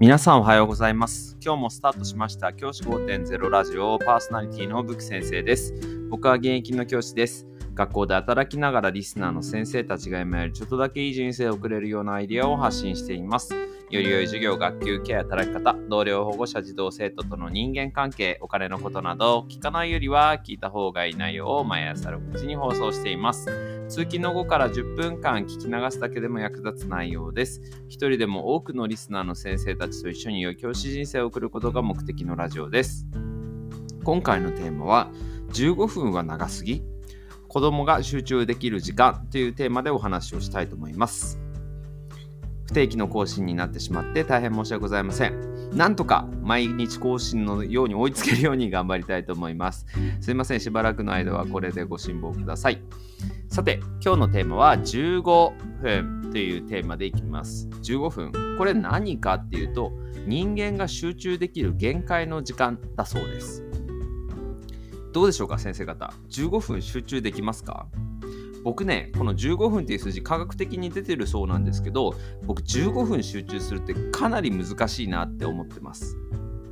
皆さんおはようございます。今日もスタートしました教師 5.0 ラジオパーソナリティのブク先生です。僕は現役の教師です。学校で働きながらリスナーの先生たちが今よりちょっとだけいい人生を送れるようなアイディアを発信しています。より良い授業、学級、ケア、働き方、同僚、保護者、児童、生徒との人間関係、お金のことなど聞かないよりは聞いた方がいい内容を毎朝6時に放送しています。通勤の後から10分間聞き流すだけでも役立つ内容です。一人でも多くのリスナーの先生たちと一緒に良い教師人生を送ることが目的のラジオです。今回のテーマは15分は長すぎ？子供が集中できる時間というテーマでお話をしたいと思います。不定期の更新になってしまって大変申し訳ございません。なんとか毎日更新のように追いつけるように頑張りたいと思います。すいません、しばらくの間はこれでご辛抱ください。さて、今日のテーマは15分というテーマでいきます。15分。これ何かっていうと、人間が集中できる限界の時間だそうです。どうでしょうか、先生方。15分集中できますか？僕ね、この15分っていう数字科学的に出てるそうなんですけど、僕15分集中するってかなり難しいなって思ってます。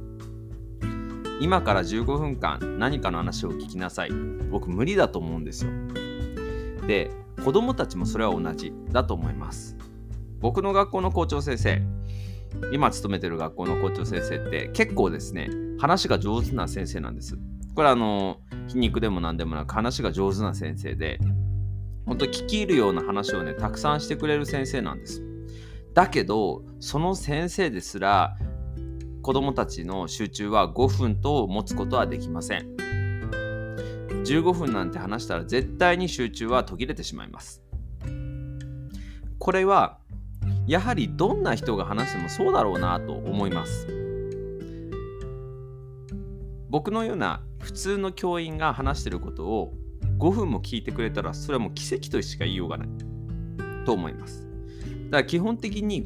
今から15分間何かの話を聞きなさい。僕無理だと思うんですよ。で、子供たちもそれは同じだと思います。僕の学校の校長先生、今勤めてる学校の校長先生って結構ですね、話が上手な先生なんです。これ皮肉でも何でもなく話が上手な先生で、本当聞き入るような話をね、たくさんしてくれる先生なんです。だけど、その先生ですら子供たちの集中は5分と持つことはできません。15分なんて話したら絶対に集中は途切れてしまいます。これはやはりどんな人が話してもそうだろうなと思います。僕のような普通の教員が話していることを5分も聞いてくれたら、それはもう奇跡としか言いようがないと思います。だから基本的に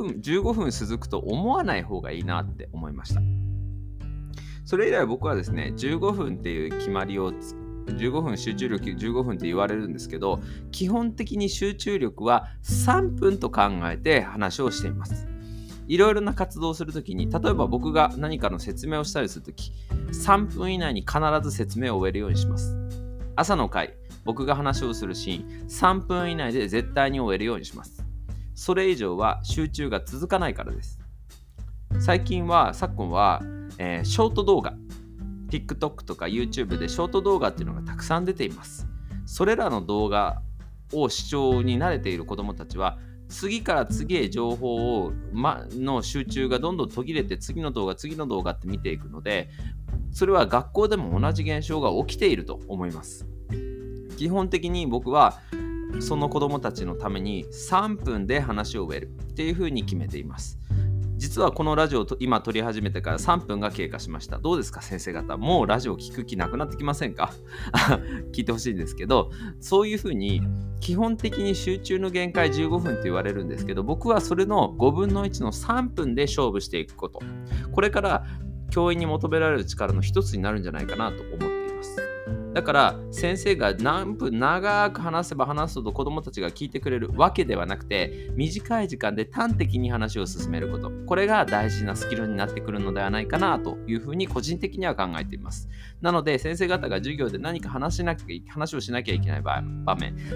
15分続くと思わない方がいいなって思いました。それ以来僕はですね、15分っていう決まりを15分集中力15分って言われるんですけど、基本的に集中力は3分と考えて話をしています。いろいろな活動をするときに、例えば僕が何かの説明をしたりするとき、3分以内に必ず説明を終えるようにします。朝の会、僕が話をするシーン、3分以内で絶対に終えるようにします。それ以上は集中が続かないからです。昨今は、ショート動画、TikTok とか YouTube でショート動画っていうのがたくさん出ています。それらの動画を視聴に慣れている子どもたちは、次から次へ情報の集中がどんどん途切れて、次の動画って見ていくので、それは学校でも同じ現象が起きていると思います。基本的に僕はその子どもたちのために3分で話を終えるっていうふうに決めています。実はこのラジオを今撮り始めてから3分が経過しました。どうですか先生方、もうラジオ聞く気なくなってきませんか？聞いてほしいんですけど、そういうふうに基本的に集中の限界15分って言われるんですけど、僕はそれの5分の1の3分で勝負していくこと、これから教員に求められる力の一つになるんじゃないかなと思っています。だから先生が何分長く話せば話すほど子どもたちが聞いてくれるわけではなくて、短い時間で端的に話を進めること、これが大事なスキルになってくるのではないかなというふうに個人的には考えています。なので先生方が授業で何か話をしなきゃいけない場面、必ず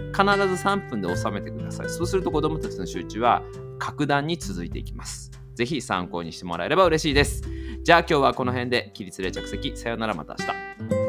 3分で収めてください。そうすると子どもたちの集中は格段に続いていきます。ぜひ参考にしてもらえれば嬉しいです。じゃあ今日はこの辺で。起立例着席。さよなら、また明日。